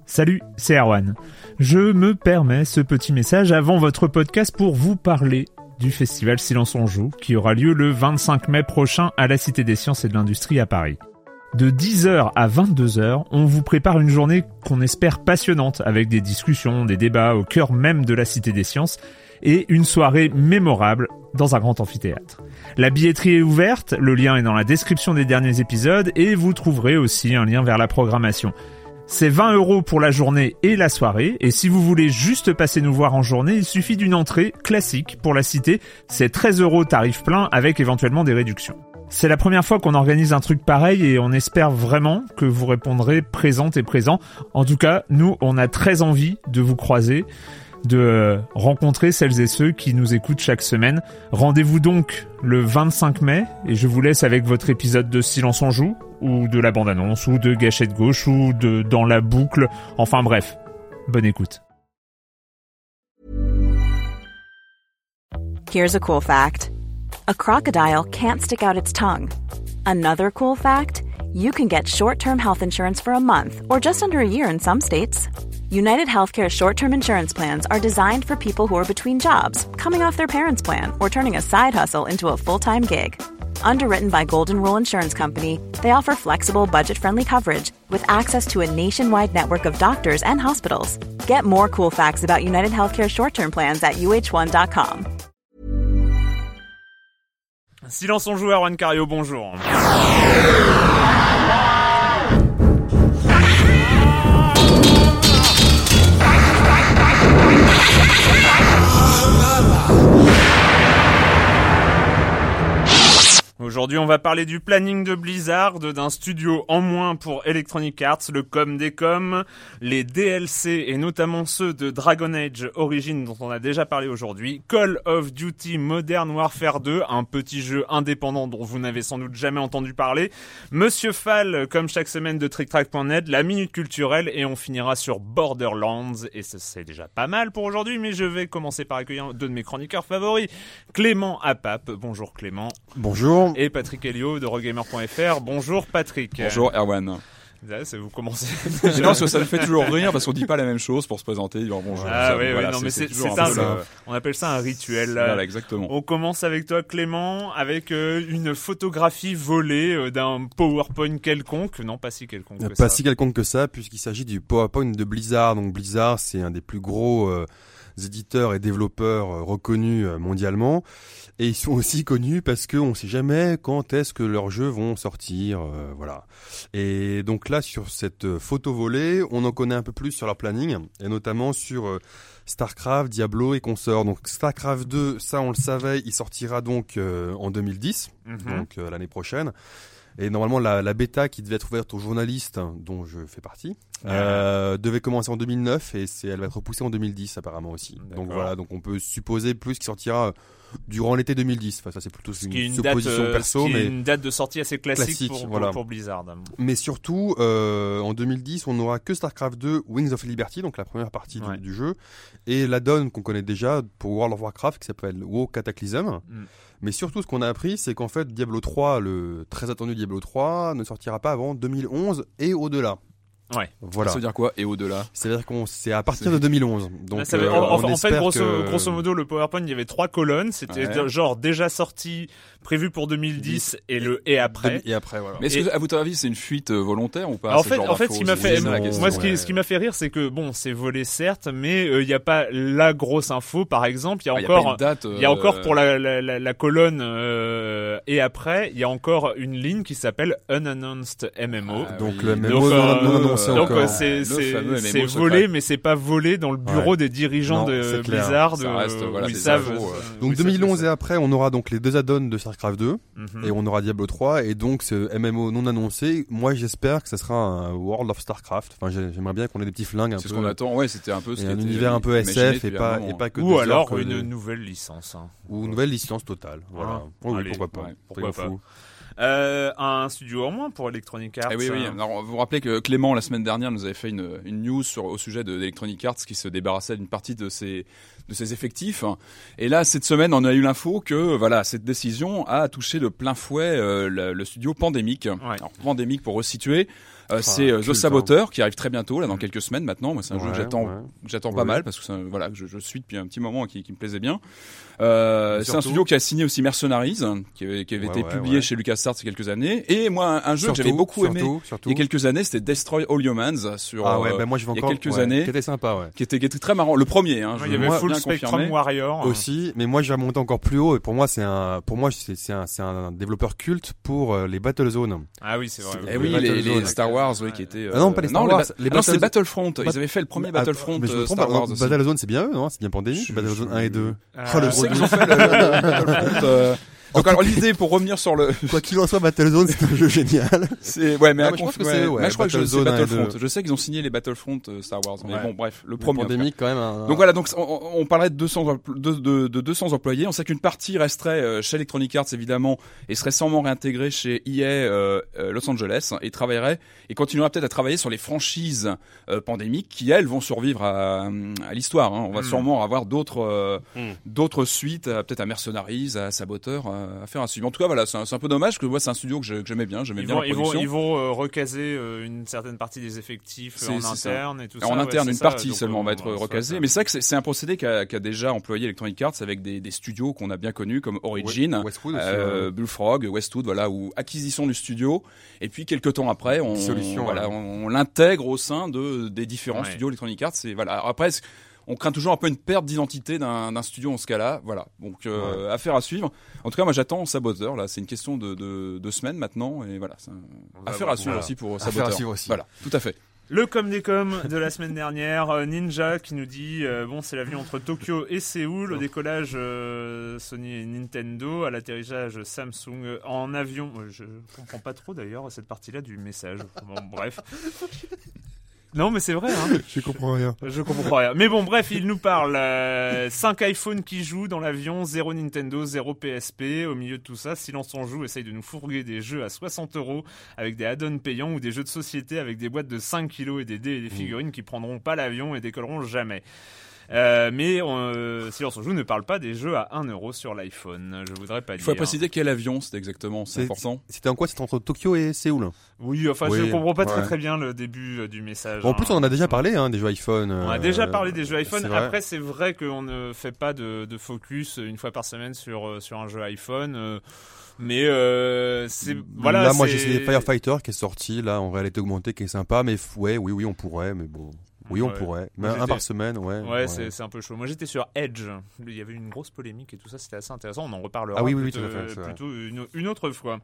Salut, c'est Erwan. Je me permets ce petit message avant votre podcast pour vous parler du festival Silence on Joue qui aura lieu le 25 mai prochain à la Cité des Sciences et de l'Industrie à Paris. De 10h à 22h, on vous prépare une journée qu'on espère passionnante avec des discussions, des débats au cœur même de la Cité des Sciences et une soirée mémorable dans un grand amphithéâtre. La billetterie est ouverte, le lien est dans la description des derniers épisodes et vous trouverez aussi un lien vers la programmation. C'est 20 € pour la journée et la soirée, et si vous voulez juste passer nous voir en journée, il suffit d'une entrée classique pour la Cité, c'est 13 € tarif plein avec éventuellement des réductions. C'est la première fois qu'on organise un truc pareil et on espère vraiment que vous répondrez présentes et présents. En tout cas, nous, on a très envie de vous croiser, de rencontrer celles et ceux qui nous écoutent chaque semaine. Rendez-vous donc le 25 mai et je vous laisse avec votre épisode de Silence on Joue, ou de la bande-annonce, ou de Gâchette Gauche, ou de Dans la boucle. Enfin bref, bonne écoute. Here's a cool fact. A crocodile can't stick out its tongue. Another cool fact, you can get short-term health insurance for a month or just under a year in some states. United Healthcare short-term insurance plans are designed for people who are between jobs, coming off their parents' plan, or turning a side hustle into a full-time gig. Underwritten by Golden Rule Insurance Company, they offer flexible, budget-friendly coverage with access to a nationwide network of doctors and hospitals. Get more cool facts about United Healthcare short-term plans at uh1.com. Silence on Joue, Erwan Cario, bonjour. Aujourd'hui, on va parler du planning de Blizzard, d'un studio en moins pour Electronic Arts, le com des coms, les DLC et notamment ceux de Dragon Age Origins dont on a déjà parlé aujourd'hui, Call of Duty Modern Warfare 2, un petit jeu indépendant dont vous n'avez sans doute jamais entendu parler, Monsieur Fall, comme chaque semaine de TrickTrack.net, la minute culturelle et on finira sur Borderlands et c'est déjà pas mal pour aujourd'hui, mais je vais commencer par accueillir deux de mes chroniqueurs favoris, Clément Apap. Bonjour Clément. Bonjour. Et Patrick Helio de Rogamer.fr. Bonjour Patrick. Bonjour Erwan. Là, vous commencez. Non, parce que ça me fait toujours rire parce qu'on dit pas la même chose pour se présenter. Dire bonjour. Ah oui, voilà, non, mais c'est on appelle ça un rituel. Voilà, exactement. On commence avec toi, Clément, avec une photographie volée d'un PowerPoint quelconque. Non, pas si quelconque que ça. Pas si quelconque que ça, puisqu'il s'agit du PowerPoint de Blizzard. Donc Blizzard, c'est un des plus gros éditeurs et développeurs reconnus mondialement. Et ils sont aussi connus parce qu'on ne sait jamais quand est-ce que leurs jeux vont sortir, voilà. Et donc là, sur cette photo volée, on en connaît un peu plus sur leur planning, et notamment sur StarCraft, Diablo et consorts. Donc StarCraft 2, ça on le savait, il sortira donc en 2010, donc l'année prochaine. Et normalement, la bêta qui devait être ouverte aux journalistes, dont je fais partie, devait commencer en 2009 et elle va être repoussée en 2010 apparemment aussi. D'accord. Donc voilà, donc on peut supposer plus qu'il sortira durant l'été 2010. Enfin, ça c'est plutôt une supposition perso, mais une date de sortie assez classique pour Blizzard. Mais surtout, en 2010, on n'aura que StarCraft 2, Wings of Liberty, donc la première partie du jeu, et l'add-on qu'on connaît déjà pour World of Warcraft qui s'appelle WoW Cataclysm. Mais surtout, ce qu'on a appris, c'est qu'en fait, Diablo 3, le très attendu Diablo 3, ne sortira pas avant 2011 et au-delà. Ouais. Voilà. Ça veut dire quoi, et au-delà? C'est-à-dire c'est à partir de 2011. Donc, en fait, grosso modo, le PowerPoint, il y avait 3 colonnes. C'était genre déjà sorti, prévu pour 2010 et après. Et après, voilà. Mais est-ce que, à votre avis, c'est une fuite volontaire ou pas? En fait, ce qui m'a fait rire, c'est que bon, c'est volé certes, mais il y a pas la grosse info. Par exemple, il y a encore pour la colonne et après, il y a encore une ligne qui s'appelle Unannounced MMO. Donc le MMO non annoncé encore. C'est volé, mais c'est pas volé dans le bureau des dirigeants de Blizzard où ils savent. Donc 2011 et après, on aura donc les deux add-ons de StarCraft 2 et on aura Diablo 3 et donc ce MMO non annoncé. Moi, j'espère que ça sera un World of StarCraft. Enfin, j'aimerais bien qu'on ait des petits flingues un peu. C'est ce qu'on attend. Ouais, c'était un peu ce un univers un peu SF et pas que. Ou alors une nouvelle licence. Ou une nouvelle licence totale. Voilà. Oui, pourquoi pas. Pourquoi pas. Un studio en moins pour Electronic Arts. Oui. Alors, vous vous rappelez que Clément, la semaine dernière, nous avait fait une news au sujet de Electronic Arts qui se débarrassait d'une partie de ses effectifs. Et là, cette semaine, on a eu l'info que voilà, cette décision a touché de plein fouet le studio Pandemic. Ouais. Alors, Pandemic, pour resituer, c'est The Saboteur qui arrive très bientôt là dans quelques semaines maintenant. Moi c'est un jeu que j'attends pas mal parce que voilà que je suis depuis un petit moment qui me plaisait bien. C'est un studio qui a signé aussi Mercenaries qui avait été publié chez LucasArts il y a quelques années. Et moi un jeu que j'avais beaucoup aimé il y a quelques années, c'était Destroy All Humans sur moi, je vais il y a quelques années, qui était sympa, qui était très marrant. Le premier, il y avait Full Spectrum Warrior aussi, mais moi je vais monter encore plus haut. Et pour moi c'est un développeur culte pour les Battlezone. Ah oui, c'est vrai. Et oui, les Star Wars, qui étaient. Non, pas les Star Wars. C'est Battlefront. Ils avaient fait le premier Battlefront Star Wars. Battlezone, c'est bien eux, non? C'est bien Pandémie. Battlezone 1 et 2. Je sais qu'ils ont fait le Battlefront. Donc alors l'idée pour revenir sur le quoi qu'il en soit, Battlezone c'est un jeu génial. Mais je pense que je crois que c'est Battlefront. Je sais qu'ils ont signé les Battlefront Star Wars, mais bon bref, le premier. Pandémique quand même. Donc voilà, on parlerait de 200 employés. On sait qu'une partie resterait chez Electronic Arts évidemment et serait sûrement réintégrée chez EA Los Angeles et travaillerait et continuera peut-être à travailler sur les franchises pandémiques qui elles vont survivre à l'histoire. On va sûrement avoir d'autres suites, peut-être à Mercenaries, à Saboteur. À faire un suivi. En tout cas, voilà, c'est un peu dommage que moi, c'est un studio que j'aimais bien. J'aimais bien la production. Ils vont recaser une certaine partie des effectifs en interne et tout ça. En interne, une partie seulement va être recasée. Mais c'est vrai que c'est un procédé qu'a déjà employé Electronic Arts avec des studios qu'on a bien connus comme Origin, Bullfrog, Westwood, voilà, ou acquisition du studio. Et puis quelques temps après, on l'intègre au sein des différents studios Electronic Arts. Et voilà. Après, on craint toujours un peu une perte d'identité d'un studio en ce cas-là. Voilà. Donc, affaire à suivre. En tout cas, moi, j'attends Saboteur. Là, c'est une question de semaines maintenant. Et voilà. Affaire à suivre aussi pour Saboteur. Voilà. Tout à fait. Le com des coms de la semaine dernière, Ninja qui nous dit c'est l'avion entre Tokyo et Séoul, au décollage Sony et Nintendo, à l'atterrissage Samsung en avion. Je comprends pas trop d'ailleurs cette partie-là du message. Bon, bref. Non mais c'est vrai Je comprends rien. Mais bon bref, il nous parle 5 iPhones qui jouent dans l'avion, 0 Nintendo, 0 PSP. Au milieu de tout ça, Silence on Joue essaye de nous fourguer des jeux à 60€ avec des add-ons payants ou des jeux de société avec des boîtes de 5 kilos et des dés et des figurines qui prendront pas l'avion et décolleront jamais. Mais Silence on Joue ne parle pas des jeux à 1€ sur l'iPhone. Je voudrais pas dire. Il faut préciser quel avion, c'était exactement, c'est important. C'était en quoi? C'était entre Tokyo et Séoul. Oui, je comprends pas très bien le début du message. En plus, on en a déjà parlé des jeux iPhone. On a déjà parlé des jeux iPhone. Après, c'est vrai qu'on ne fait pas de focus une fois par semaine sur un jeu iPhone. Mais c'est voilà. Là, moi, j'ai essayé Firefighter qui est sorti là en réalité augmentée, qui est sympa. Mais oui, on pourrait, mais bon. Oui, on pourrait. Mais un par semaine, ouais. C'est un peu chaud. Moi, j'étais sur Edge. Il y avait une grosse polémique et tout ça. C'était assez intéressant. On en reparlera plutôt une autre fois.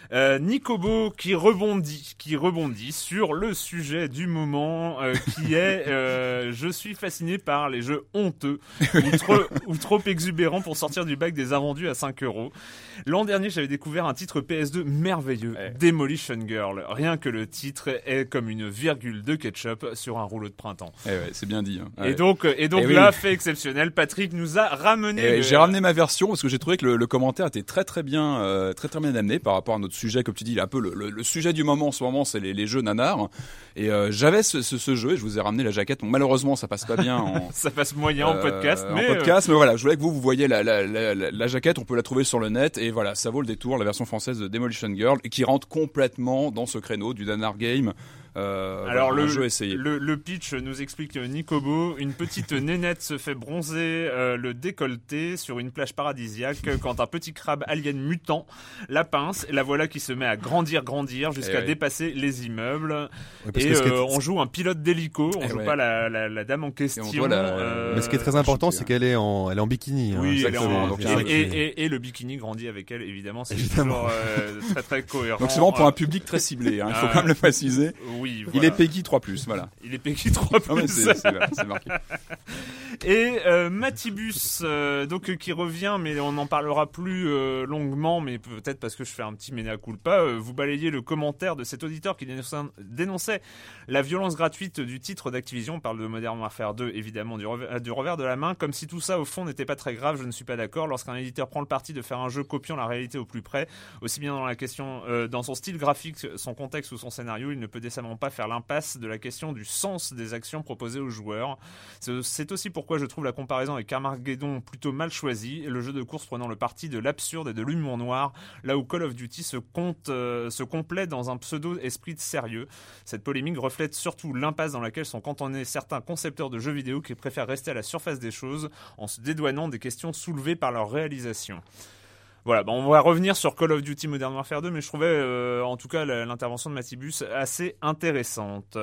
Nikobo qui rebondit sur le sujet du moment, qui est je suis fasciné par les jeux honteux ou trop exubérants pour sortir du bac des invendus à 5€. L'an dernier, j'avais découvert un titre PS2 merveilleux, Demolition Girl. Rien que le titre est comme une virgule de ketchup sur un rouleau de printemps. C'est bien dit. Et donc là, fait exceptionnel, Patrick nous a ramené. J'ai ramené ma version parce que j'ai trouvé que le commentaire était très bien amené par rapport à notre sujet, comme tu dis, un peu le sujet du moment en ce moment, c'est les jeux nanars. Et j'avais ce jeu et je vous ai ramené la jaquette. Bon, malheureusement, ça passe pas bien. Ça passe moyen en podcast, mais voilà, je voulais que vous voyez la jaquette. On peut la trouver sur le net et voilà, ça vaut le détour. La version française de Demolition Girl et qui rentre complètement dans ce créneau du nanar game. Alors le jeu essayé. Le pitch nous explique Nikobo, une petite nénette se fait bronzer le décolleté sur une plage paradisiaque quand un petit crabe alien mutant la pince et la voilà qui se met à grandir jusqu'à dépasser les immeubles. On joue un pilote d'hélico, on joue pas la dame en question. Mais ce qui est très important, c'est qu'elle est en bikini. Oui, elle est en et le bikini grandit avec elle, évidemment. C'est toujours très très cohérent. Donc c'est vraiment pour un public très ciblé. Il faut quand même le préciser. Oui, voilà. Il est Peggy 3+, voilà. Il est Peggy 3+. Non, c'est marqué. Et Matibus, donc qui revient, mais on n'en parlera plus longuement, mais peut-être parce que je fais un petit mea culpa. Vous balayez le commentaire de cet auditeur qui dénonçait la violence gratuite du titre d'Activision. On parle de Modern Warfare 2, évidemment, du revers de la main, comme si tout ça au fond n'était pas très grave. Je ne suis pas d'accord. Lorsqu'un éditeur prend le parti de faire un jeu copiant la réalité au plus près, aussi bien dans la question, dans son style graphique, son contexte ou son scénario, il ne peut décemment certainement pas faire l'impasse de la question du sens des actions proposées aux joueurs. C'est aussi pourquoi je trouve la comparaison avec Armageddon plutôt mal choisie, et le jeu de course prenant le parti de l'absurde et de l'humour noir, là où Call of Duty se complaît dans un pseudo-esprit de sérieux. Cette polémique reflète surtout l'impasse dans laquelle sont cantonnés certains concepteurs de jeux vidéo qui préfèrent rester à la surface des choses en se dédouanant des questions soulevées par leur réalisation. Voilà, on va revenir sur Call of Duty Modern Warfare 2, mais je trouvais en tout cas l'intervention de Mathibus assez intéressante.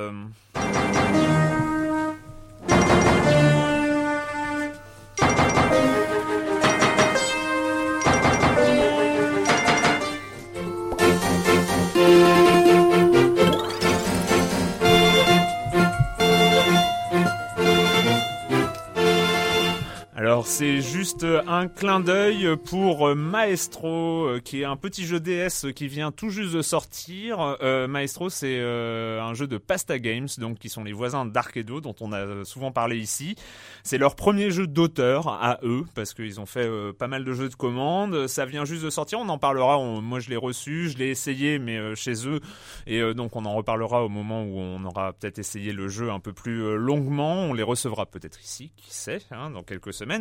Alors c'est juste un clin d'œil pour Maestro, qui est un petit jeu DS qui vient tout juste de sortir. Maestro, c'est un jeu de Pasta Games, donc qui sont les voisins d'Arkedo, dont on a souvent parlé ici. C'est leur premier jeu d'auteur à eux, parce qu'ils ont fait pas mal de jeux de commande. Ça vient juste de sortir, on en parlera. Moi je l'ai reçu, je l'ai essayé, mais chez eux, et donc on en reparlera au moment où on aura peut-être essayé le jeu un peu plus longuement. On les recevra peut-être ici, qui sait, dans quelques semaines.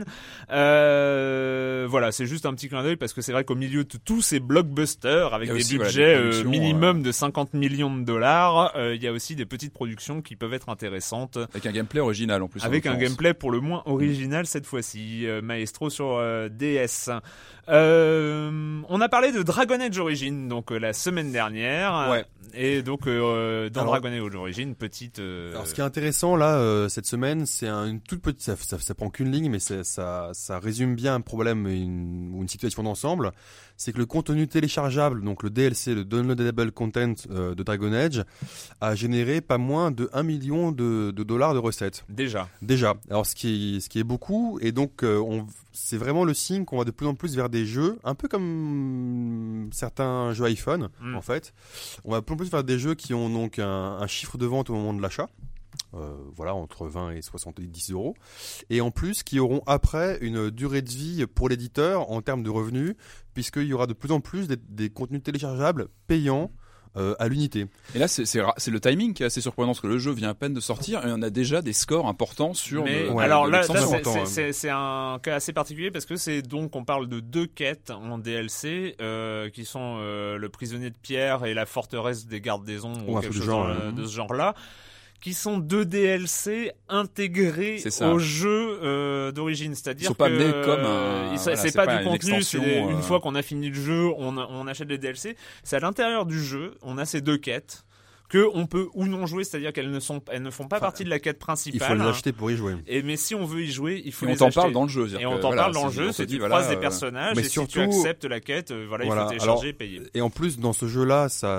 Voilà, c'est juste un petit clin d'œil parce que c'est vrai qu'au milieu de tous ces blockbusters avec des budgets minimum de 50 millions de dollars, il y a aussi des petites productions qui peuvent être intéressantes. Avec un gameplay original en plus. Avec un gameplay pour le moins original cette fois-ci. Maestro sur DS. On a parlé de Dragon Age Origins donc la semaine dernière. Ouais. Et donc dans Dragon Age Origins, petite. Alors ce qui est intéressant là cette semaine, c'est une toute petite, ça prend qu'une ligne, mais ça résume bien un problème ou une situation d'ensemble. C'est que le contenu téléchargeable, donc le DLC, le Downloadable Content de Dragon Age, a généré pas moins de 1 million de dollars de recettes. Déjà. Alors ce qui est beaucoup, et donc c'est vraiment le signe qu'on va de plus en plus vers des jeux, un peu comme certains jeux iPhone, en fait. On va de plus en plus vers des jeux qui ont donc un chiffre de vente au moment de l'achat. Voilà, entre 20 et 70 euros. Et en plus, qui auront après une durée de vie pour l'éditeur en termes de revenus, puisqu'il y aura de plus en plus des contenus téléchargeables payants à l'unité. Et là, c'est le timing qui est assez surprenant, parce que le jeu vient à peine de sortir et on a déjà des scores importants sur alors là c'est un cas assez particulier parce que c'est donc on parle de 2 quêtes en DLC qui sont le prisonnier de pierre et la forteresse des gardes des ombres ou quelque chose de ce genre-là, qui sont 2 DLC intégrés au jeu d'origine, c'est-à-dire que pas amenés comme c'est pas du contenu, c'est une fois qu'on a fini le jeu, on achète les DLC. C'est à l'intérieur du jeu, on a ces 2 quêtes que on peut ou non jouer, c'est-à-dire qu'elles ne font pas partie de la quête principale. Il faut les acheter pour y jouer. Mais si on veut y jouer, il faut les acheter. On t'en parle dans le jeu. Et on t'en parle dans le jeu, c'est tu croises des personnages, et surtout, si tu acceptes la quête, il faut télécharger et payer. Et en plus, dans ce jeu-là, ça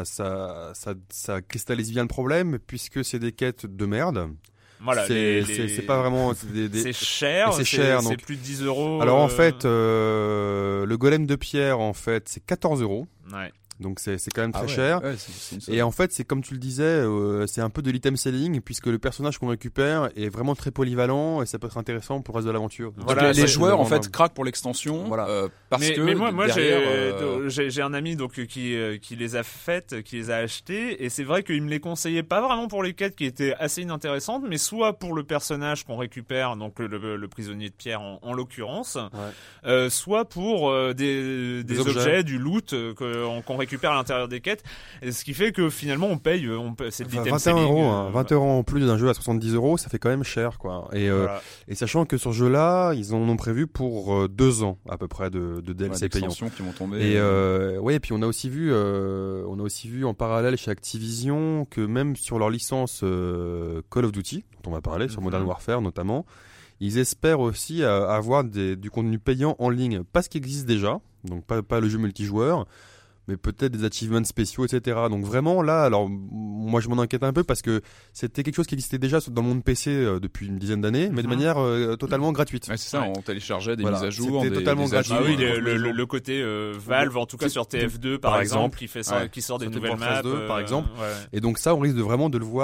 cristallise bien le problème, puisque c'est des quêtes de merde. Voilà, c'est pas vraiment. C'est cher, c'est plus de 10 euros. Alors en fait, le golem de pierre, en fait, c'est 14 euros. Ouais. Donc c'est quand même très cher. Ouais, et en fait, c'est comme tu le disais, c'est un peu de l'item selling, puisque le personnage qu'on récupère est vraiment très polyvalent et ça peut être intéressant pour le reste de l'aventure. Voilà, les joueurs en fait craquent pour l'extension, parce que moi derrière, j'ai un ami donc qui les a faites, qui les a achetées, et c'est vrai qu'il me les conseillait pas vraiment pour les quêtes qui étaient assez inintéressantes, mais soit pour le personnage qu'on récupère, donc le prisonnier de pierre en l'occurrence, soit pour des objets, du loot qu'on récupère à l'intérieur des quêtes, et ce qui fait que finalement on paye c'est de l'item selling. 20 euros en plus d'un jeu à 70 euros, ça fait quand même cher, quoi. Et sachant que sur ce jeu-là, ils en ont prévu pour 2 ans à peu près de DLC payants qui vont tomber. Et puis on a aussi vu en parallèle chez Activision que même sur leur licence Call of Duty, dont on va parler, sur Modern Warfare notamment, ils espèrent aussi avoir du contenu payant en ligne, pas ce qui existe déjà, donc pas le jeu multijoueur, mais peut-être des achievements spéciaux, etc. Donc vraiment là, alors moi je m'en inquiète un peu parce que c'était quelque chose qui existait déjà dans le monde PC depuis une dizaine d'années, mais de manière totalement gratuite. Ouais, c'est ça, on téléchargeait des mises à jour, c'était totalement gratuit. Ah oui, le côté Valve, en tout cas sur TF2 par exemple, qui sort des nouvelles maps, par exemple. Et donc ça, on risque de le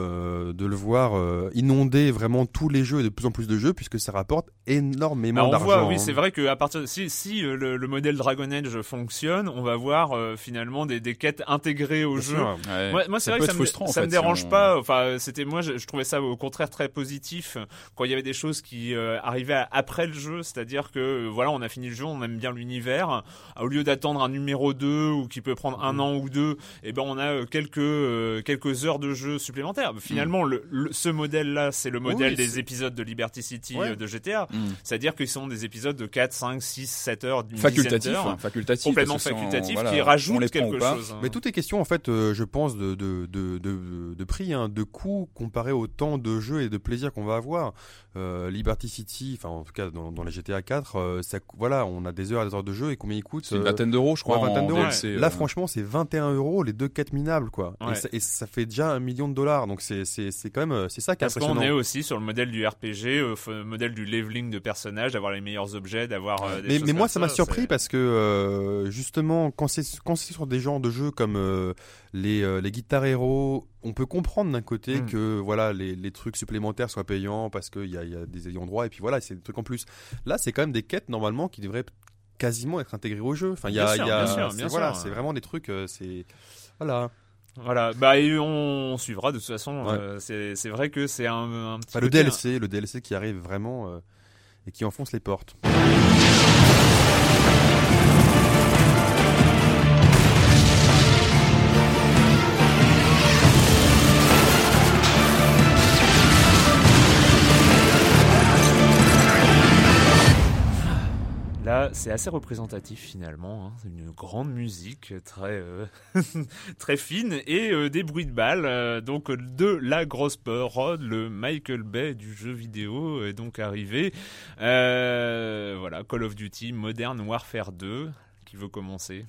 voir inonder vraiment tous les jeux et de plus en plus de jeux, puisque ça rapporte énormément d'argent. Oui, c'est vrai que à partir si le modèle Dragon Age fonctionne, on va voir finalement des quêtes intégrées au jeu. Ouais. Moi c'est vrai que ça me dérange pas. Enfin, je trouvais ça au contraire très positif quand il y avait des choses qui arrivaient après le jeu, c'est-à-dire que voilà, on a fini le jeu, on aime bien l'univers, au lieu d'attendre un numéro 2 ou qui peut prendre un an ou deux, et ben on a quelques heures de jeu supplémentaires. Finalement, ce modèle-là, c'est le modèle des épisodes de Liberty City de GTA, c'est-à-dire qu'ils sont des épisodes de 4, 5, 6, 7 heures d'une facultatif, complètement facultatif, qui rajoutent quelque chose. Mais tout est question en fait, je pense de prix, de coût comparé au temps de jeu et de plaisir qu'on va avoir. Liberty City, enfin en tout cas dans la GTA 4, voilà, on a des heures et des heures de jeu, et combien il coûte? C'est une vingtaine d'euros, je crois. Ouais, en DLC, Là franchement c'est 21 €, les 2 quêtes minables quoi. Ouais. Et ça fait déjà $1 million, donc c'est quand même c'est ça qui est impressionnant. Parce qu'on est aussi sur le modèle du RPG, modèle du leveling de personnages, d'avoir les meilleurs objets, d'avoir des choses. Mais moi ça m'a surpris parce que justement quand c'est sur des genres de jeux comme les Guitar Hero, on peut comprendre d'un côté que voilà les trucs supplémentaires soient payants parce qu'il y a des ayants droit, et puis voilà, c'est des trucs en plus. Là c'est quand même des quêtes normalement qui devraient quasiment être intégrées au jeu. Enfin bien sûr. C'est vraiment des trucs Voilà, et on suivra de toute façon. C'est vrai que c'est un petit le DLC qui arrive vraiment et qui enfonce les portes. Là, c'est assez représentatif finalement. C'est une grande musique très très fine et des bruits de balles. Donc de la grosse peur, le Michael Bay du jeu vidéo est donc arrivé. Voilà, Call of Duty Modern Warfare 2. Qui veut commencer?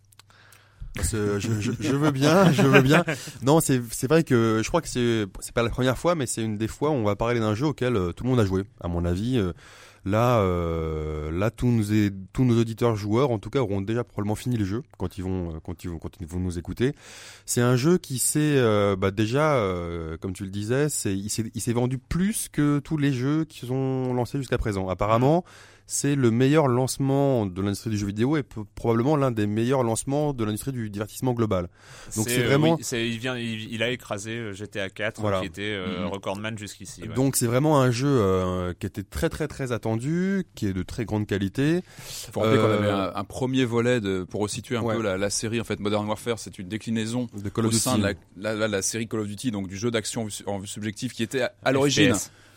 Je veux bien. Non, c'est vrai que je crois que c'est pas la première fois, mais c'est une des fois où on va parler d'un jeu auquel tout le monde a joué. À mon avis, là, tous nos auditeurs joueurs, en tout cas, auront déjà probablement fini le jeu quand ils vont nous écouter. C'est un jeu qui s'est déjà, comme tu le disais, il s'est vendu plus que tous les jeux qui sont lancés jusqu'à présent. Apparemment. C'est le meilleur lancement de l'industrie du jeu vidéo et probablement l'un des meilleurs lancements de l'industrie du divertissement global. Donc c'est vraiment. Il a écrasé GTA 4 qui était recordman jusqu'ici. Ouais. Donc c'est vraiment un jeu qui était très très très attendu, qui est de très grande qualité. Faut rappeler qu'on avait un premier volet pour resituer un peu la série. En fait, Modern Warfare, c'est une déclinaison de Call of Duty. Au sein de la série Call of Duty, donc du jeu d'action en vue subjective qui était à l'origine.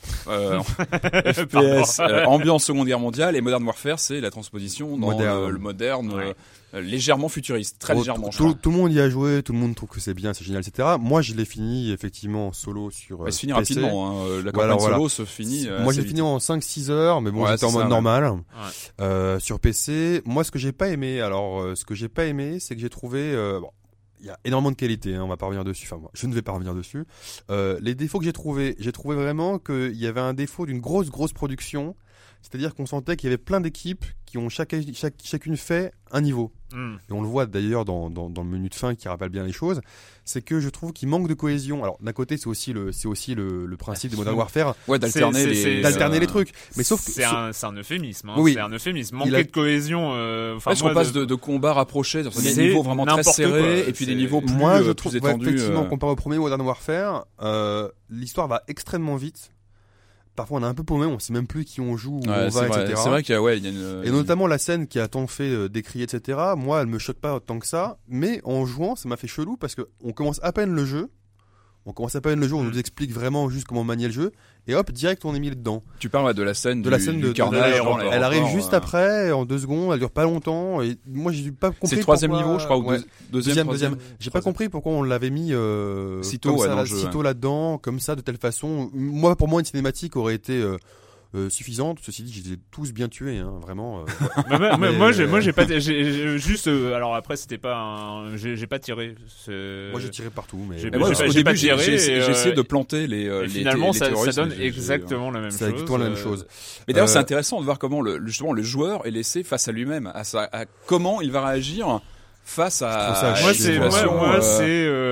FPS, ambiance Seconde Guerre mondiale, et Modern Warfare, c'est la transposition dans le moderne, légèrement futuriste, très légèrement. Tout le monde y a joué, tout le monde trouve que c'est bien, c'est génial, etc. Moi, je l'ai fini effectivement solo sur. Se finit rapidement. La campagne solo se finit. Moi, j'ai fini en 5-6 heures, mais bon, j'étais en mode normal sur PC. Moi, ce que j'ai pas aimé, c'est que j'ai trouvé. Il y a énormément de qualité, on va pas revenir dessus. Enfin, moi, je ne vais pas revenir dessus. Les défauts que j'ai trouvé vraiment qu'il y avait un défaut d'une grosse production. C'est-à-dire qu'on sentait qu'il y avait plein d'équipes qui ont chacune fait un niveau. Et on le voit d'ailleurs dans le menu de fin qui rappelle bien les choses. C'est que je trouve qu'il manque de cohésion. Alors d'un côté, c'est aussi le principe de Modern Warfare. Ouais, d'alterner les trucs. Mais sauf que c'est un euphémisme. Oui. C'est un euphémisme. Manquer de cohésion. Est-ce qu'on passe de combats rapprochés, des niveaux vraiment très serrés, et puis des niveaux plus étendus. Effectivement, comparé au premier Modern Warfare, l'histoire va extrêmement vite. Parfois on est un peu paumé, on sait même plus qui on joue, où on va, etc. C'est vrai qu'il y a, il y a une... Et notamment la scène qui a tant fait décrier, etc. Moi, elle me choque pas autant que ça, mais en jouant, ça m'a fait chelou parce que on commence à peine le jeu, on nous explique vraiment juste comment manier le jeu, et hop, direct on est mis dedans. Tu parles de la scène du carnage. Elle arrive juste après, en 2 secondes, elle dure pas longtemps, et moi j'ai pas compris. C'est le 3e niveau, je crois, ou deuxième. J'ai pas compris pourquoi on l'avait mis sitôt là-dedans, comme ça, de telle façon. Moi, pour moi, une cinématique aurait été suffisante. Ceci dit, je les ai tous bien tués, vraiment. Moi, j'ai pas, juste. Alors après, c'était pas j'ai pas tiré. Moi, j'ai tiré partout, mais. Au début, j'ai essayé de planter les. Finalement, ça donne exactement la même chose. C'est exactement la même chose. Mais d'ailleurs, c'est intéressant de voir comment justement le joueur est laissé face à lui-même, à comment il va réagir face à moi c'est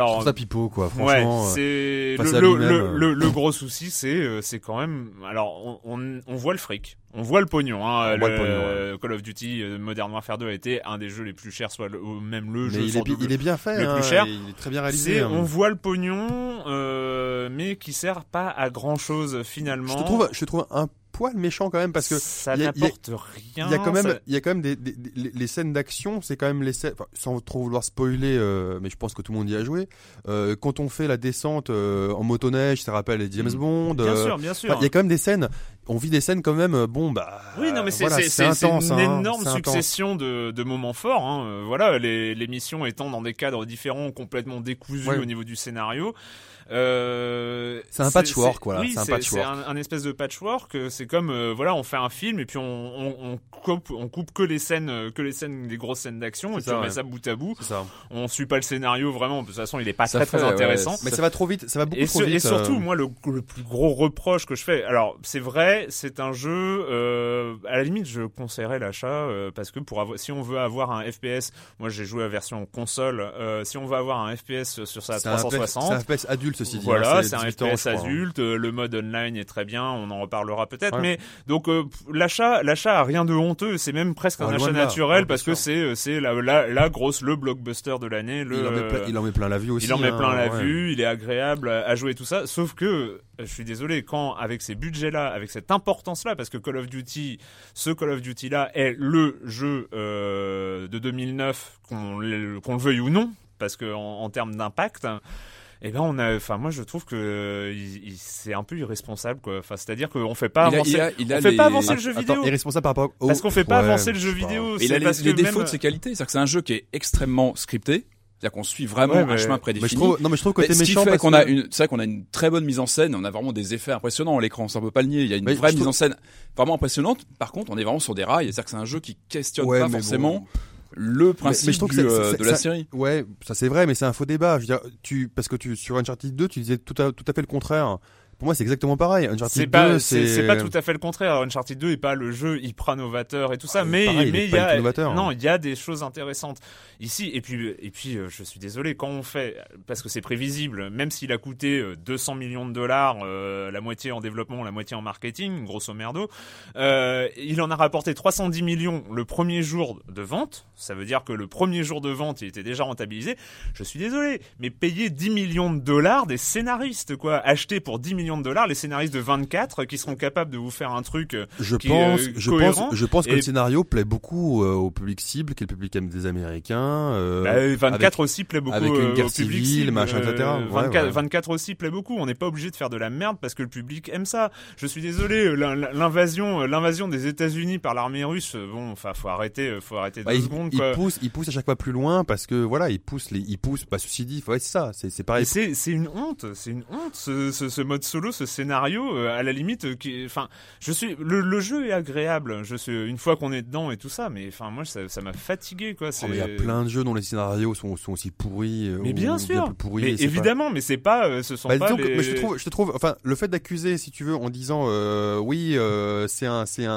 Alors ça pipeau quoi. Franchement. Ouais, c'est le gros souci, c'est quand même. Alors on voit le fric. On voit le pognon, hein. Call of Duty Modern Warfare 2 a été un des jeux les plus chers, soit même le jeu. Il est bien fait, le plus cher. Il est très bien réalisé. On voit le pognon, mais qui sert pas à grand chose finalement. Je te trouve un poil méchant quand même parce que ça n'apporte rien. Il y a quand même les scènes d'action, c'est quand même les scènes, sans trop vouloir spoiler, mais je pense que tout le monde y a joué. Quand on fait la descente en motoneige, ça rappelle les James Bond. Bien sûr. Il y a quand même des scènes. On vit des scènes quand même. Oui, non, mais c'est intense, une énorme succession de moments forts. Hein. Voilà, les missions étant dans des cadres différents, complètement décousus au niveau du scénario. C'est un patchwork, voilà. Oui, c'est un patchwork. C'est un espèce de patchwork. C'est comme on fait un film et puis on coupe que les scènes, des grosses scènes d'action et puis on met ça bout à bout. On suit pas le scénario vraiment. De toute façon, il est pas très intéressant. Ouais. Mais ça va trop vite, ça va beaucoup trop vite. Et surtout, moi, le plus gros reproche que je fais. Alors, c'est vrai, c'est un jeu. À la limite, je conseillerais l'achat parce que si on veut avoir un FPS, moi j'ai joué à la version console. Si on veut avoir un FPS sur sa 360, c'est un FPS adulte. Ceci dit, voilà, c'est un FPS adulte. Le mode online est très bien, on en reparlera peut-être. Ouais. Mais donc l'achat a rien de honteux. C'est même presque un achat naturel parce que c'est la grosse le blockbuster de l'année. Il en met plein la vue aussi. Il en met plein la vue. Il est agréable à jouer tout ça. Sauf que je suis désolé quand avec ces budgets-là, avec cette importance-là, parce que ce Call of Duty là est le jeu de 2009 qu'on le veuille ou non, parce que en termes d'impact. Et moi je trouve que c'est un peu irresponsable quoi. Enfin, c'est-à-dire qu'on fait pas avancer le jeu vidéo. Irresponsable par rapport parce qu'on fait pas avancer le jeu vidéo. Il a les défauts de ses qualités, c'est-à-dire que c'est un jeu qui est extrêmement scripté. C'est-à-dire qu'on suit vraiment un chemin prédéfini. Je trouve que t'es méchant. C'est vrai qu'on a une très bonne mise en scène. On a vraiment des effets impressionnants à l'écran. Ça on peut pas le nier. Il y a une vraie mise en scène vraiment impressionnante. Par contre, on est vraiment sur des rails. C'est-à-dire que c'est un jeu qui questionne pas forcément le principe de la série. Ouais, ça c'est vrai, mais c'est un faux débat. Je veux dire, parce que sur Uncharted 2, tu disais tout à fait le contraire. Pour moi, c'est exactement pareil. Uncharted 2, c'est pas tout à fait le contraire. Uncharted 2 est pas le jeu hyper novateur et tout ça, mais il y a des choses intéressantes ici. Et puis, je suis désolé quand on fait, parce que c'est prévisible, même s'il a coûté 200 millions de dollars, la moitié en développement, la moitié en marketing, grosso merdo, il en a rapporté 310 millions le premier jour de vente. Ça veut dire que le premier jour de vente, il était déjà rentabilisé. Je suis désolé, mais payer 10 millions de dollars des scénaristes, quoi, acheter pour 10 millions de dollars les scénaristes de 24 qui seront capables de vous faire un truc je pense que le scénario plaît beaucoup au public cible, qui est le public des Américains. 24 aussi plaît beaucoup avec une guerre au public civile, cible, machin, etc. 24 aussi plaît beaucoup. On n'est pas obligé de faire de la merde parce que le public aime ça. Je suis désolé, l'invasion des États-Unis par l'armée russe. Bon, enfin, faut arrêter 2 secondes. Il pousse à chaque fois plus loin parce que voilà, il pousse. Ceci dit, c'est ça. C'est pareil. C'est une honte. C'est une honte ce mode solo, ce scénario. À la limite, le jeu est agréable. Une fois qu'on est dedans et tout ça, mais enfin moi ça m'a fatigué quoi. Il y a plein de jeux dont les scénarios sont aussi pourris. Mais bien sûr. Plus pourris, mais évidemment, mais c'est pas. Ce sont pas les... Mais je te trouve. Enfin, le fait d'accuser, si tu veux, en disant c'est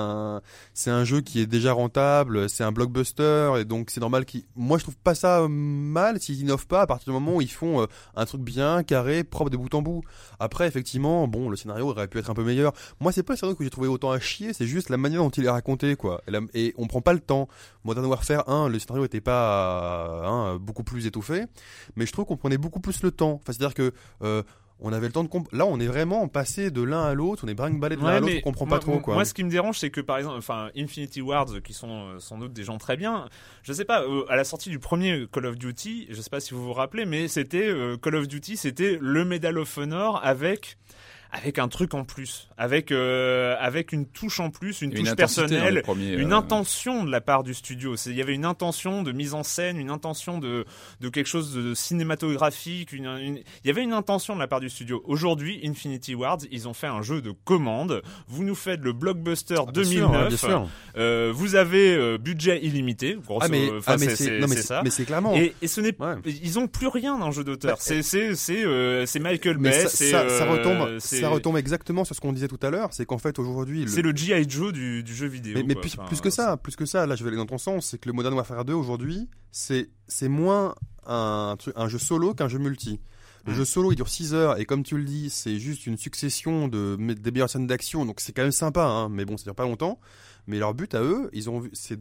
un jeu qui est déjà rentable, c'est un blockbuster et donc c'est normal moi je trouve pas ça mal s'ils innovent pas à partir du moment où ils font un truc bien carré, propre de bout en bout. Après effectivement, le scénario aurait pu être un peu meilleur. Moi c'est pas le scénario que j'ai trouvé autant à chier, c'est juste la manière dont il est raconté quoi. Et on prend pas le temps. Modern Warfare 1, le scénario était pas beaucoup plus étoffé, mais je trouve qu'on prenait beaucoup plus le temps. Enfin c'est-à-dire que on avait le temps de là on est vraiment passé de l'un à l'autre, on est brinque-ballé de l'un à l'autre, on comprend pas trop quoi. Moi ce qui me dérange c'est que par exemple Infinity Ward qui sont sans doute des gens très bien, je sais pas, à la sortie du premier Call of Duty, je sais pas si vous vous rappelez, mais c'était Call of Duty, c'était le Medal of Honor avec un truc en plus, avec une touche en plus, une touche personnelle, une intention de la part du studio. Il y avait une intention de mise en scène, une intention de quelque chose de cinématographique. Il y avait une intention de la part du studio. Aujourd'hui, Infinity Ward, ils ont fait un jeu de commande. Vous nous faites le blockbuster 2009. Bien sûr. Vous avez budget illimité. C'est ça. Mais c'est clairement. Et ce n'est, ils ont plus rien dans le jeu d'auteur. C'est Michael Bay. Ça retombe. ça retombe exactement sur ce qu'on disait tout à l'heure, c'est qu'en fait aujourd'hui c'est le G.I. Joe du jeu vidéo. Mais plus que ça, là je vais aller dans ton sens, c'est que le Modern Warfare 2 aujourd'hui, c'est moins un jeu solo qu'un jeu multi. Le jeu solo il dure 6 heures et comme tu le dis, c'est juste une succession des meilleures scènes d'action, donc c'est quand même sympa, hein, mais bon, ça dure pas longtemps. Mais leur but à eux, c'est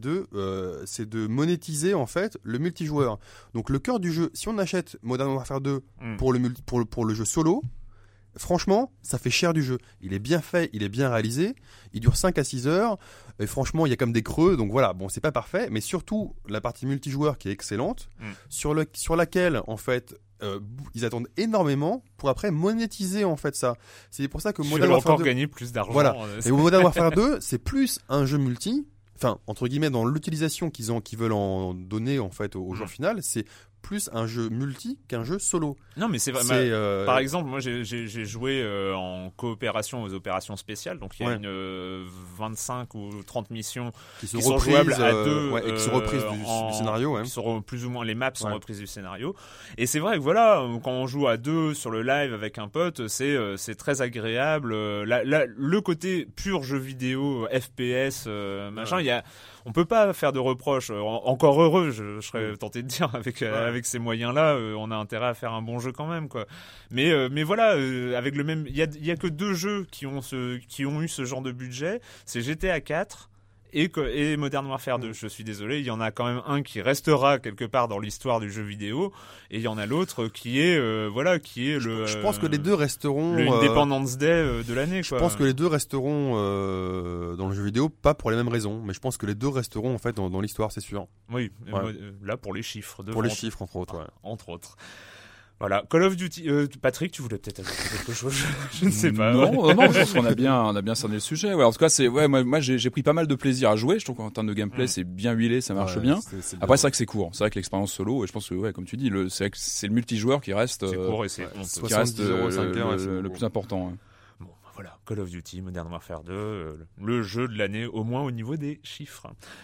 de monétiser en fait le multijoueur. Donc le cœur du jeu, si on achète Modern Warfare 2 pour le jeu solo, franchement, ça fait cher du jeu. Il est bien fait, il est bien réalisé, il dure 5 à 6 heures, et franchement, il y a comme des creux, donc voilà, bon, c'est pas parfait, mais surtout, la partie multijoueur qui est excellente, sur laquelle, en fait, ils attendent énormément pour après monétiser, en fait, ça. C'est pour ça que Modern Warfare 2... gagner plus d'argent. Voilà. Et Modern Warfare 2, c'est plus un jeu multi, enfin, entre guillemets, dans l'utilisation qu'ils veulent en donner, en fait, au joueur final, c'est plus un jeu multi qu'un jeu solo. Non, mais c'est vrai. Par exemple, moi j'ai joué en coopération aux opérations spéciales, donc il y a une 25 ou 30 missions qui sont jouables à deux, et qui sont reprises du scénario, qui sont plus ou moins les maps sont reprises du scénario. Et c'est vrai que voilà, quand on joue à deux sur le live avec un pote, c'est très agréable. Le côté pur jeu vidéo, FPS, machin, on peut pas faire de reproches. Encore heureux, je serais tenté de dire avec ces moyens-là, on a intérêt à faire un bon jeu quand même, quoi. Mais voilà, avec le même, il y a que 2 jeux qui ont eu ce genre de budget, c'est GTA 4 et Modern Warfare 2. Je suis désolé, il y en a quand même un qui restera quelque part dans l'histoire du jeu vidéo, et il y en a l'autre qui est je pense que les deux resteront le Independence Day de l'année, quoi. Je pense que les deux resteront dans le jeu vidéo, pas pour les mêmes raisons, mais je pense que les deux resteront en fait dans l'histoire, c'est sûr. Oui, là pour les chiffres pour les chiffres entre autres. Entre autres. Voilà, Call of Duty. Patrick, tu voulais peut-être ajouter quelque chose, je ne sais pas. Non, je pense qu'on a bien cerné le sujet. Ouais, en tout cas, moi j'ai pris pas mal de plaisir à jouer. Je trouve qu'en termes de gameplay, c'est bien huilé, ça marche bien. Après, c'est vrai que c'est court. C'est vrai que l'expérience solo, et je pense que comme tu dis, c'est le multijoueur qui reste. C'est court et c'est le plus important. Ouais. Voilà, Call of Duty, Modern Warfare 2, le jeu de l'année, au moins au niveau des chiffres.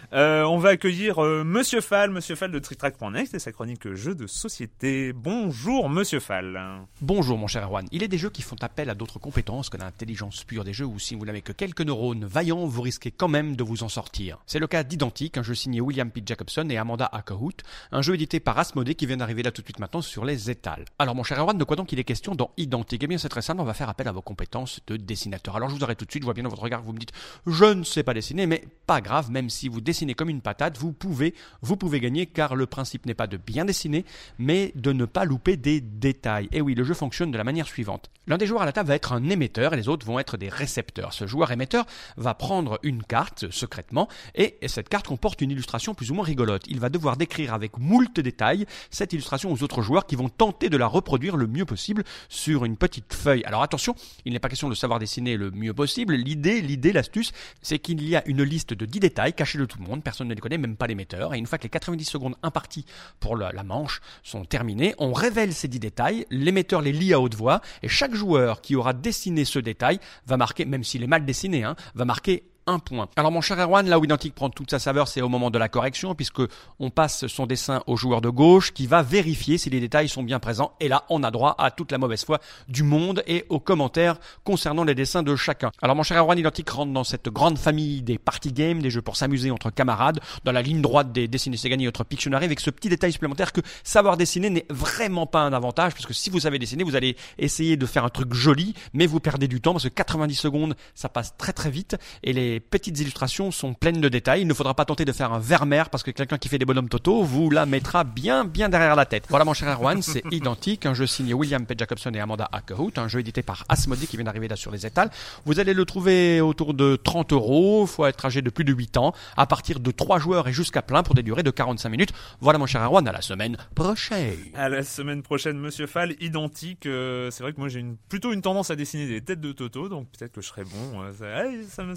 On va accueillir Monsieur Fall de TrickTrack.net et sa chronique jeux de société. Bonjour Monsieur Fall. Bonjour mon cher Erwan. Il est des jeux qui font appel à d'autres compétences que l'intelligence pure des jeux, où si vous n'avez que quelques neurones vaillants, vous risquez quand même de vous en sortir. C'est le cas d'Identique, un jeu signé William P. Jacobson et Amanda Akerhout, un jeu édité par Asmodee qui vient d'arriver là tout de suite maintenant sur les étals. Alors mon cher Erwan, de quoi donc il est question dans Identique ? Eh bien c'est très simple, on va faire appel à vos compétences de dessinateur. Alors je vous arrête tout de suite, je vois bien dans votre regard que vous me dites je ne sais pas dessiner, mais pas grave, même si vous dessinez comme une patate, vous pouvez gagner, car le principe n'est pas de bien dessiner, mais de ne pas louper des détails. Et oui, le jeu fonctionne de la manière suivante. L'un des joueurs à la table va être un émetteur et les autres vont être des récepteurs. Ce joueur émetteur va prendre une carte secrètement et cette carte comporte une illustration plus ou moins rigolote. Il va devoir décrire avec moult détails cette illustration aux autres joueurs qui vont tenter de la reproduire le mieux possible sur une petite feuille. Alors attention, il n'est pas question de savoir dessiner le mieux possible. L'idée, l'astuce, c'est qu'il y a une liste de 10 détails cachés de tout le monde. Personne ne les connaît, même pas l'émetteur. Et une fois que les 90 secondes imparties pour la manche sont terminées, on révèle ces 10 détails. L'émetteur les lit à haute voix et chaque joueur qui aura dessiné ce détail va marquer, même s'il est mal dessiné, va marquer 1 point. Alors mon cher Erwan, là où Identique prend toute sa saveur, c'est au moment de la correction, puisque on passe son dessin au joueur de gauche qui va vérifier si les détails sont bien présents. Et là, on a droit à toute la mauvaise foi du monde et aux commentaires concernant les dessins de chacun. Alors mon cher Erwan, Identique rentre dans cette grande famille des party games, des jeux pour s'amuser entre camarades, dans la ligne droite des dessiner c'est gagner, autre Pictionary, avec ce petit détail supplémentaire que savoir dessiner n'est vraiment pas un avantage, parce que si vous savez dessiner, vous allez essayer de faire un truc joli, mais vous perdez du temps, parce que 90 secondes, ça passe très très vite, et les petites illustrations sont pleines de détails. Il ne faudra pas tenter de faire un Vermeer, parce que quelqu'un qui fait des bonhommes Toto vous la mettra bien derrière la tête. Voilà mon cher Erwan, c'est Identique, un jeu signé William P. Jacobson et Amanda Akerhout, un jeu édité par Asmodee qui vient d'arriver là sur les étals. Vous allez le trouver autour de 30 €, il faut être âgé de plus de 8 ans, à partir de 3 joueurs et jusqu'à plein pour des durées de 45 minutes. Voilà mon cher Erwan, à la semaine prochaine. À la semaine prochaine, Monsieur Fall. Identique, c'est vrai que moi j'ai plutôt une tendance à dessiner des têtes de Toto, donc peut-être que je serai bon. Ça me fait bien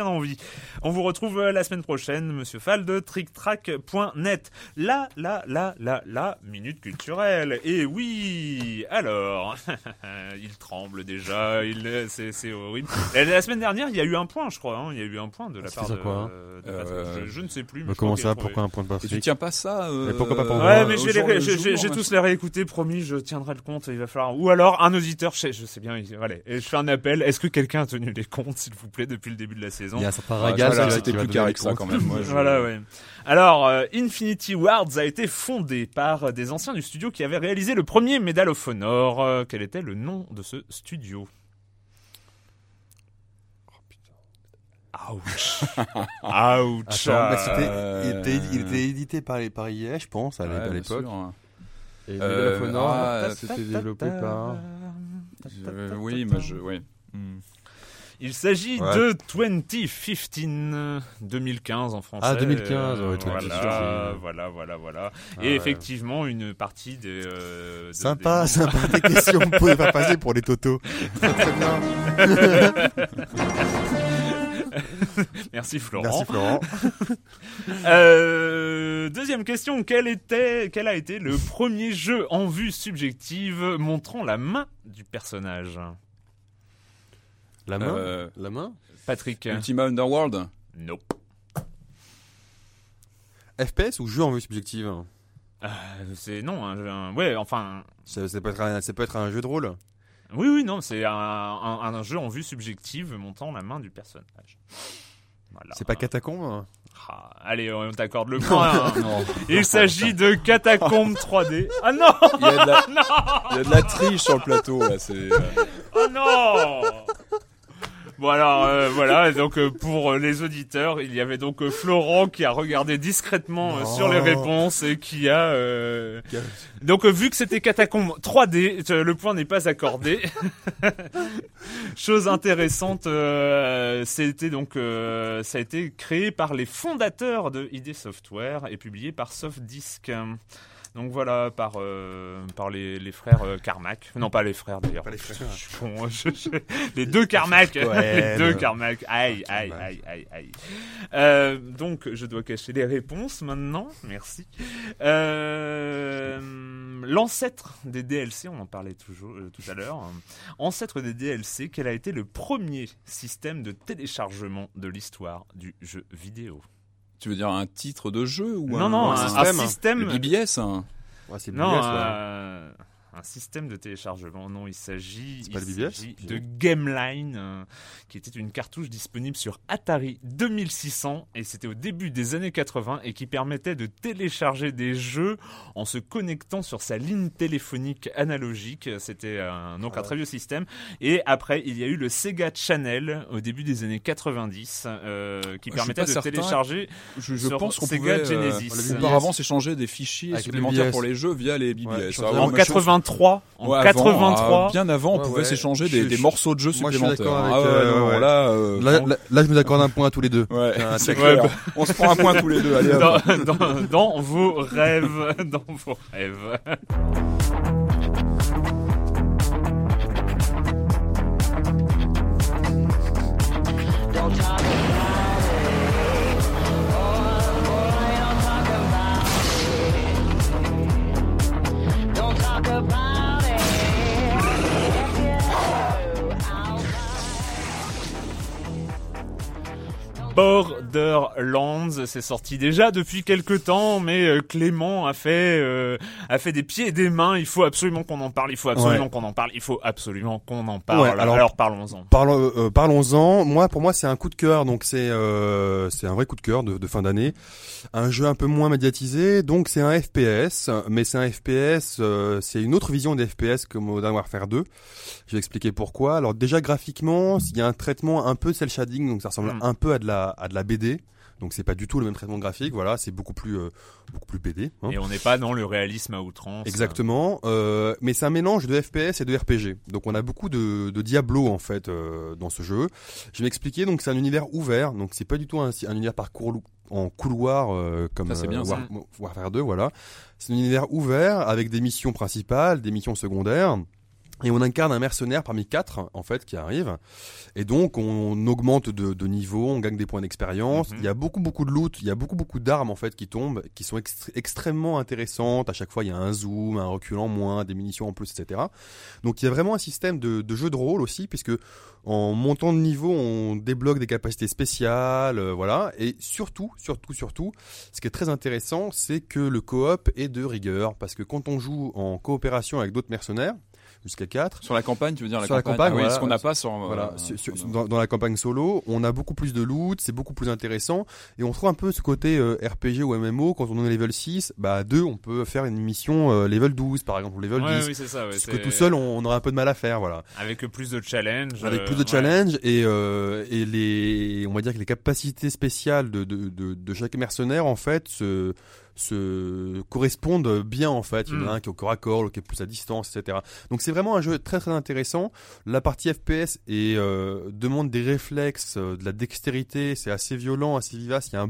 bien envie. On vous retrouve la semaine prochaine, Monsieur Fall de TrickTrack.net. La minute culturelle. Et oui, alors, il tremble déjà, c'est horrible. La semaine dernière, il y a eu un point, je crois. Il y a eu un point de la part de Patrick. Je ne sais plus. Mais comment ça, pourquoi un point de Patrick? Tu tiens pas ça mais pourquoi pas pour moi? Ouais, mais j'ai tous les réécoutés, promis, je tiendrai le compte. Il va falloir. Ou alors un auditeur, je sais bien. Voilà. Et je fais un appel. Est-ce que quelqu'un a tenu les comptes, s'il vous plaît, depuis le début de la saison? Il y a un certain régal. C'était plus carré que ça quand même. Voilà, ouais. Alors, Infinity Wards a été fondé par des anciens du studio qui avaient réalisé le premier Medal of Honor. Quel était le nom de ce studio? Ouch. Ouch. Attends, il était édité par EA, je pense, à l'époque. Et Medal of Honor, c'était développé par... Oui, mais oui. Il s'agit de 2015, 2015 en français. Ah, 2015, voilà. Et effectivement, une partie des... Sympa tes questions, vous pouvez pas passer pour les totos. Très bien. Merci Florent. Deuxième question, quel a été le premier jeu en vue subjective montrant la main du personnage? La main Patrick. Ultima Underworld? Nope. FPS ou jeu en vue subjective? C'est non, ouais, enfin... Ça peut être un jeu de rôle? Oui, non, c'est un jeu en vue subjective montant la main du personnage. Voilà. C'est pas Catacombe? Allez, on t'accorde le point. Il s'agit de Catacombe 3D. Ah non! Il y a de la triche sur le plateau, là, Oh non! Bon alors voilà, donc pour les auditeurs, il y avait donc Florent qui a regardé discrètement sur les réponses et qui a donc vu que c'était Catacombe 3D, le point n'est pas accordé. Chose intéressante, c'était donc ça a été créé par les fondateurs de ID Software et publié par Softdisk. Donc voilà, par les frères Carmack. Non, pas les frères d'ailleurs. Pas les frères. Les deux Carmack. Ouais, les deux Carmack. Aïe. Donc, je dois cacher les réponses maintenant. Merci. L'ancêtre des DLC, on en parlait toujours tout à l'heure. Ancêtre des DLC, quel a été le premier système de téléchargement de l'histoire du jeu vidéo? Tu veux dire un titre de jeu ou un système. Le BBS c'est non, BBS, un système de téléchargement. Non, il s'agit de Gameline, qui était une cartouche disponible sur Atari 2600 et c'était au début des années 80 et qui permettait de télécharger des jeux en se connectant sur sa ligne téléphonique analogique. C'était un très vieux système. Et après, il y a eu le Sega Channel au début des années 90 qui permettait de télécharger je pense qu'on Sega pouvait, Genesis. Auparavant, s'échanger des fichiers supplémentaires pour les jeux via les BBS. En 83. Bien avant, on pouvait s'échanger des morceaux de jeux supplémentaires. Là, je vous accorde un point à tous les deux. Ouais, c'est clair. On se prend un point tous les deux. Allez, dans vos rêves. Borderlands, c'est sorti déjà depuis quelques temps, mais Clément a fait des pieds et des mains. Il faut absolument qu'on en parle. Ouais, alors parlons-en. Parlons-en. Pour moi, c'est un coup de cœur. Donc c'est un vrai coup de cœur de fin d'année. Un jeu un peu moins médiatisé. Donc c'est un FPS, mais c'est un FPS. C'est une autre vision des FPS que Modern Warfare 2. Je vais expliquer pourquoi. Alors déjà graphiquement, il y a un traitement un peu cel shading, donc ça ressemble un peu à de la BD. Donc c'est pas du tout le même traitement graphique, voilà, c'est beaucoup plus BD. Et on n'est pas dans le réalisme à outrance. Exactement, mais c'est un mélange de FPS et de RPG. Donc on a beaucoup de Diablo en fait dans ce jeu. Je vais m'expliquer. Donc c'est un univers ouvert, donc c'est pas du tout un univers parcours en couloir comme Warfare 2, voilà. C'est un univers ouvert avec des missions principales, des missions secondaires. Et on incarne un mercenaire parmi 4 en fait qui arrive, et donc on augmente de niveau, on gagne des points d'expérience. Il y a beaucoup de loot, il y a beaucoup d'armes en fait qui tombent, qui sont extrêmement intéressantes. À chaque fois il y a un zoom, un recul en moins, des munitions en plus, etc. Donc il y a vraiment un système de jeu de rôle aussi, puisque en montant de niveau on débloque des capacités spéciales, voilà. Et surtout, ce qui est très intéressant, c'est que le coop est de rigueur, parce que quand on joue en coopération avec d'autres mercenaires, jusqu'à 4. Sur la campagne, tu veux dire sur la campagne, oui, voilà, ce qu'on n'a pas sur... dans la campagne solo, on a beaucoup plus de loot, c'est beaucoup plus intéressant, et on trouve un peu ce côté RPG ou MMO, quand on est level 6, bah à 2, on peut faire une mission level 12, par exemple, ou level 10. Oui, c'est ça, ce que tout seul, on aurait un peu de mal à faire, voilà. Avec plus de challenge. Avec plus de challenge, et on va dire que les capacités spéciales de chaque mercenaire, en fait, se correspondent bien en fait. Il y en a un qui est au corps à corps, l'autre qui est plus à distance, etc. Donc c'est vraiment un jeu très très intéressant. La partie FPS demande des réflexes, de la dextérité, c'est assez violent, assez vivace. Il y a un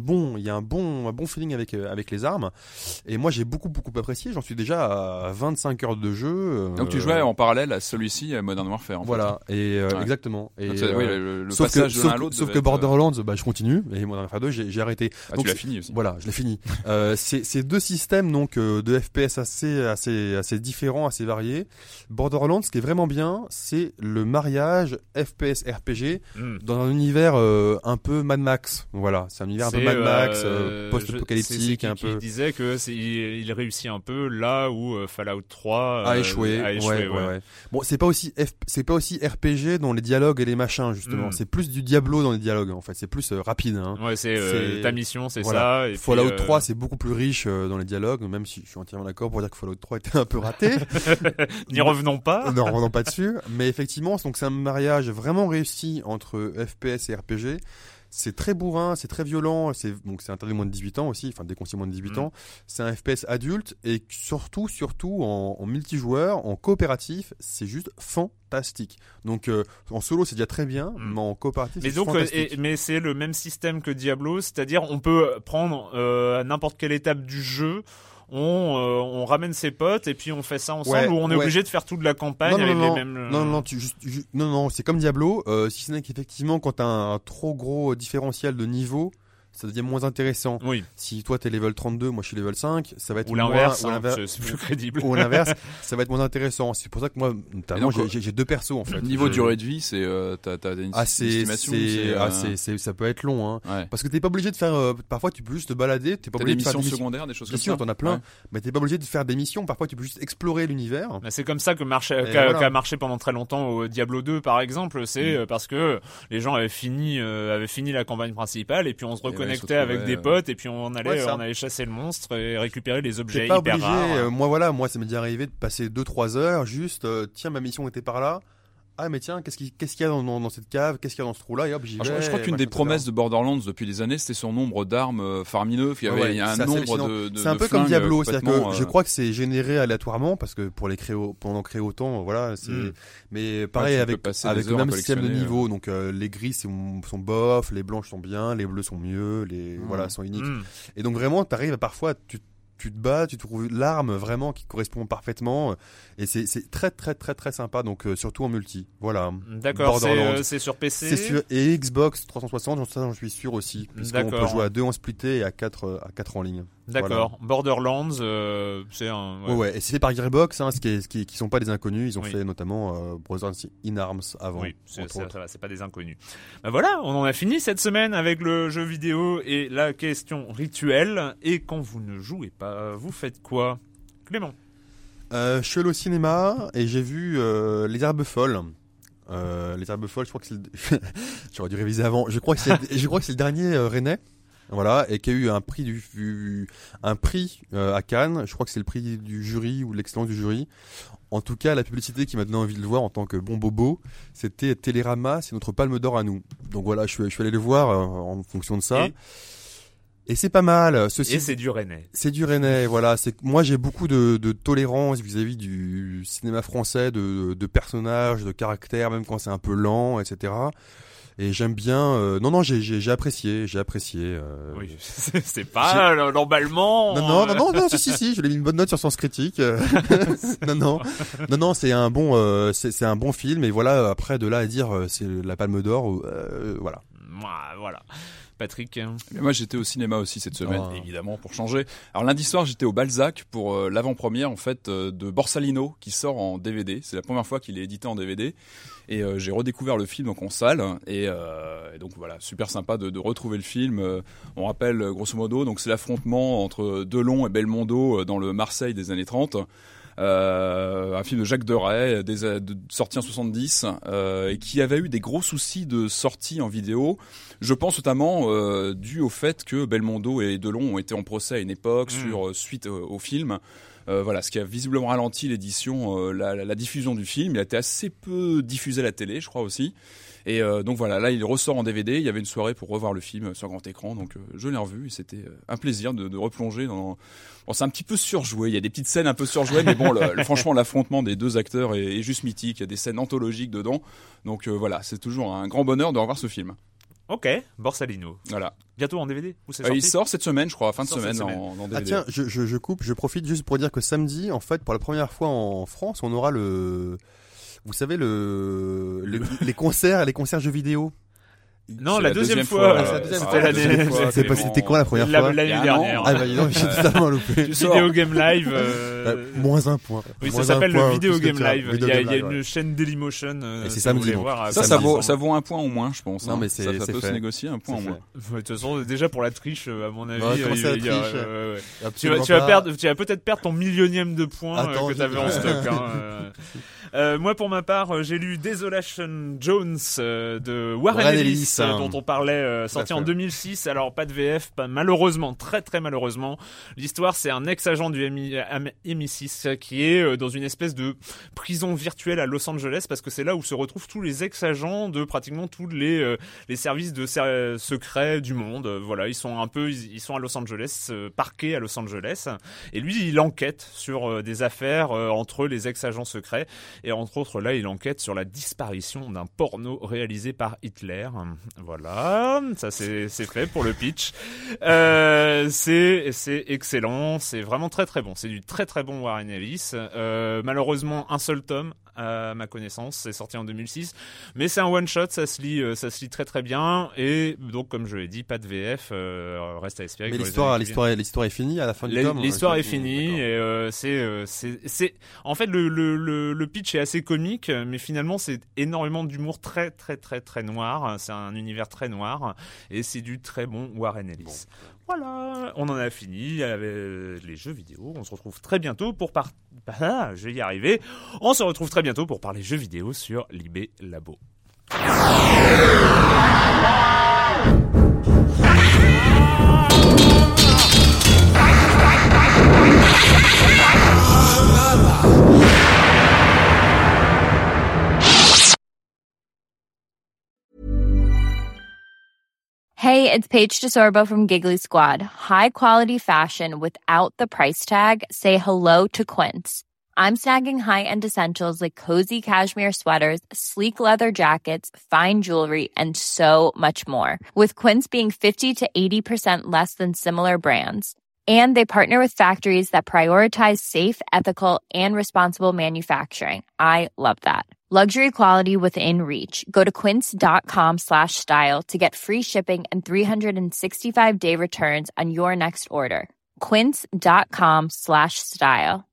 bon feeling avec les armes. Et moi j'ai beaucoup apprécié. J'en suis déjà à 25 heures de jeu. Donc tu jouais en parallèle à celui-ci, Modern Warfare. Voilà, et exactement. Et le passage de l'un à l'autre. Sauf que Borderlands, je continue. Et Modern Warfare 2, j'ai arrêté. Donc tu l'as fini aussi. Voilà, je l'ai fini. C'est deux systèmes donc de FPS assez différents, assez variés. Borderlands, ce qui est vraiment bien, c'est le mariage FPS RPG dans un univers un peu Mad Max. Voilà, c'est un univers un peu Mad Max, post-apocalyptique, un peu. Il disait que il réussit un peu là où Fallout 3 a échoué. Ouais. Bon, c'est pas aussi RPG dans les dialogues et les machins justement. C'est plus du Diablo dans les dialogues en fait. C'est plus rapide. Hein. Ouais, c'est ta mission, c'est voilà. ça. Et Fallout puis, 3, c'est beaucoup plus riche dans les dialogues, même si je suis entièrement d'accord pour dire que Fallout 3 était un peu raté. N'y revenons pas. Ne revenons pas dessus. Mais effectivement, donc c'est un mariage vraiment réussi entre FPS et RPG. C'est très bourrin, c'est très violent, donc c'est interdit moins de 18 ans aussi, enfin déconseillé moins de 18 ans. C'est un FPS adulte, et surtout en multijoueur, en coopératif, c'est juste fantastique. Donc en solo c'est déjà très bien, mais en coopératif c'est fantastique. Mais c'est le même système que Diablo, c'est-à-dire on peut prendre à n'importe quelle étape du jeu. On ramène ses potes et puis on fait ça ensemble, ou on est obligé de faire toute la campagne avec les mêmes... Non, c'est comme Diablo, si ce n'est qu'effectivement quand t'as un trop gros différentiel de niveau, ça devient moins intéressant. Oui. Si toi t'es level 32, moi je suis level 5, ça va être ou l'inverse, c'est plus crédible. Ou l'inverse, ça va être moins intéressant. C'est pour ça que moi, notamment, j'ai deux persos en fait. Niveau durée de vie, c'est t'as une estimation. Ça peut être long, hein. Ouais. Parce que t'es pas obligé de faire. Parfois, tu peux juste te balader. T'es pas obligé de faire des missions secondaires, des choses comme ça. Bien sûr, t'en as plein. Ouais. Mais t'es pas obligé de faire des missions. Parfois, tu peux juste explorer l'univers. C'est comme ça qu'a marché pendant très longtemps au Diablo 2, par exemple. C'est parce que les gens avaient fini la campagne principale et puis on se reconnectait avec des potes et puis on allait chasser le monstre et récupérer les objets hyper rares. Moi ça m'est déjà arrivé de passer 2-3 heures juste tiens, ma mission était par là. Ah mais tiens, qu'est-ce qu'il y a dans cette cave, qu'est-ce qu'il y a dans ce trou là, et hop j'y vais. Je crois qu'une des promesses de Borderlands depuis des années, c'était son nombre d'armes faramineux. Il y a un nombre de c'est un peu comme Diablo, c'est-à-dire que je crois que c'est généré aléatoirement parce que pour en créer autant, voilà, mais pareil avec le même système de niveau, donc les gris sont bof, les blanches sont bien, les bleus sont mieux, sont uniques. Et donc vraiment t'arrives parfois tu te bats, tu trouves l'arme vraiment qui correspond parfaitement, et c'est très très très très sympa, donc surtout en multi. Voilà. D'accord, c'est sur PC. C'est sur et Xbox 360, j'en suis sûr aussi, puisqu'on peut jouer à 2 en splitté et à 4 en ligne. D'accord. Voilà. Borderlands, c'est un. Ouais. Et c'est fait par Gearbox, qui sont pas des inconnus. Ils ont fait notamment Brothers in Arms avant. Oui, c'est pas des inconnus. Voilà, on en a fini cette semaine avec le jeu vidéo et la question rituelle. Et quand vous ne jouez pas, vous faites quoi, Clément? Je suis allé au cinéma et j'ai vu Les Herbes Folles. Les Herbes Folles, je crois que c'est j'aurais dû réviser avant. Je crois que c'est le dernier rennais. Voilà, et qui a eu un prix à Cannes. Je crois que c'est le prix du jury ou l'excellence du jury. En tout cas, la publicité qui m'a donné envie de le voir en tant que bon bobo, c'était Télérama, c'est notre Palme d'Or à nous. Donc voilà, je suis allé le voir en fonction de ça. Et c'est pas mal. Et c'est du rennais. C'est du rennais, voilà. Moi, j'ai beaucoup de tolérance vis-à-vis du cinéma français, de personnages, de caractères, même quand c'est un peu lent, etc. Et j'aime bien. Non, j'ai apprécié. Oui, c'est pas l'emballement. Non, si. Je lui ai mis une bonne note sur Sens Critique. Non, c'est un bon film. Et voilà, après de là à dire c'est la Palme d'Or, voilà. Voilà. Patrick. Mais moi j'étais au cinéma aussi cette semaine, évidemment, pour changer. Alors lundi soir j'étais au Balzac pour l'avant-première en fait de Borsalino qui sort en DVD. C'est la première fois qu'il est édité en DVD et j'ai redécouvert le film donc en salle et donc voilà, super sympa de retrouver le film. On rappelle grosso modo donc c'est l'affrontement entre Delon et Belmondo dans le Marseille des années 30. Un film de Jacques Deray, sorti en 70, et qui avait eu des gros soucis de sortie en vidéo. Je pense notamment dû au fait que Belmondo et Delon ont été en procès à une époque suite au film. Voilà, ce qui a visiblement ralenti l'édition, la diffusion du film. Il a été assez peu diffusé à la télé, je crois aussi. Et donc voilà, là il ressort en DVD. Il y avait une soirée pour revoir le film sur grand écran, donc je l'ai revu et c'était un plaisir de replonger dans. Bon, c'est un petit peu surjoué. Il y a des petites scènes un peu surjouées, mais bon, franchement, l'affrontement des deux acteurs est juste mythique. Il y a des scènes anthologiques dedans, donc voilà, c'est toujours un grand bonheur de revoir ce film. Ok, Borsalino. Voilà. Bientôt en DVD ou c'est sorti ? Il sort cette semaine, je crois, fin de semaine en DVD. Ah tiens, je coupe, je profite juste pour dire que samedi, en fait, pour la première fois en France, on aura vous savez les concerts jeux vidéo. Non, la deuxième fois. C'était quoi la première fois ? L'année dernière. Ah bah dis donc, j'ai totalement loupé. Vidéo Game Live. Moins un point. Oui, ça s'appelle le Vidéo Game Live. Il y a une chaîne Dailymotion. Et c'est samedi. Ça vaut un point au moins, je pense. Non mais ça peut se négocier un point au moins. De toute façon, déjà pour la triche, à mon avis, tu vas peut-être perdre ton millionième de points que t'avais en stock. Moi, pour ma part, j'ai lu Desolation Jones de Warren Ellis, dont on parlait, sorti en 2006. Alors, pas de VF, malheureusement, très très malheureusement. L'histoire, c'est un ex-agent du MI6 qui est dans une espèce de prison virtuelle à Los Angeles, parce que c'est là où se retrouvent tous les ex-agents de pratiquement tous les services de secrets du monde. Voilà, ils sont à Los Angeles, parqués à Los Angeles. Et lui, il enquête sur des affaires entre les ex-agents secrets. Et entre autres, là, il enquête sur la disparition d'un porno réalisé par Hitler. Voilà, ça c'est fait pour le pitch. C'est excellent, c'est vraiment très très bon. C'est du très très bon Warren Ellis. Malheureusement, un seul tome à ma connaissance, c'est sorti en 2006, mais c'est un one shot, ça se lit très très bien. Et donc, comme je l'ai dit, pas de VF, reste à espérer. Mais l'histoire est finie à la fin du tome. L'histoire est finie et c'est en fait le pitch est assez comique, mais finalement c'est énormément d'humour très très très très noir. C'est un univers très noir et c'est du très bon Warren Ellis. Bon. Voilà, on en a fini avec les jeux vidéo. On se retrouve très bientôt pour je vais y arriver. On se retrouve très bientôt pour parler jeux vidéo sur Libé Labo. Hey, it's Paige DeSorbo from Giggly Squad. High quality fashion without the price tag. Say hello to Quince. I'm snagging high-end essentials like cozy cashmere sweaters, sleek leather jackets, fine jewelry, and so much more. With Quince being 50 to 80% less than similar brands. And they partner with factories that prioritize safe, ethical, and responsible manufacturing. I love that. Luxury quality within reach. Go to quince.com/style to get free shipping and 365-day returns on your next order. Quince.com/style.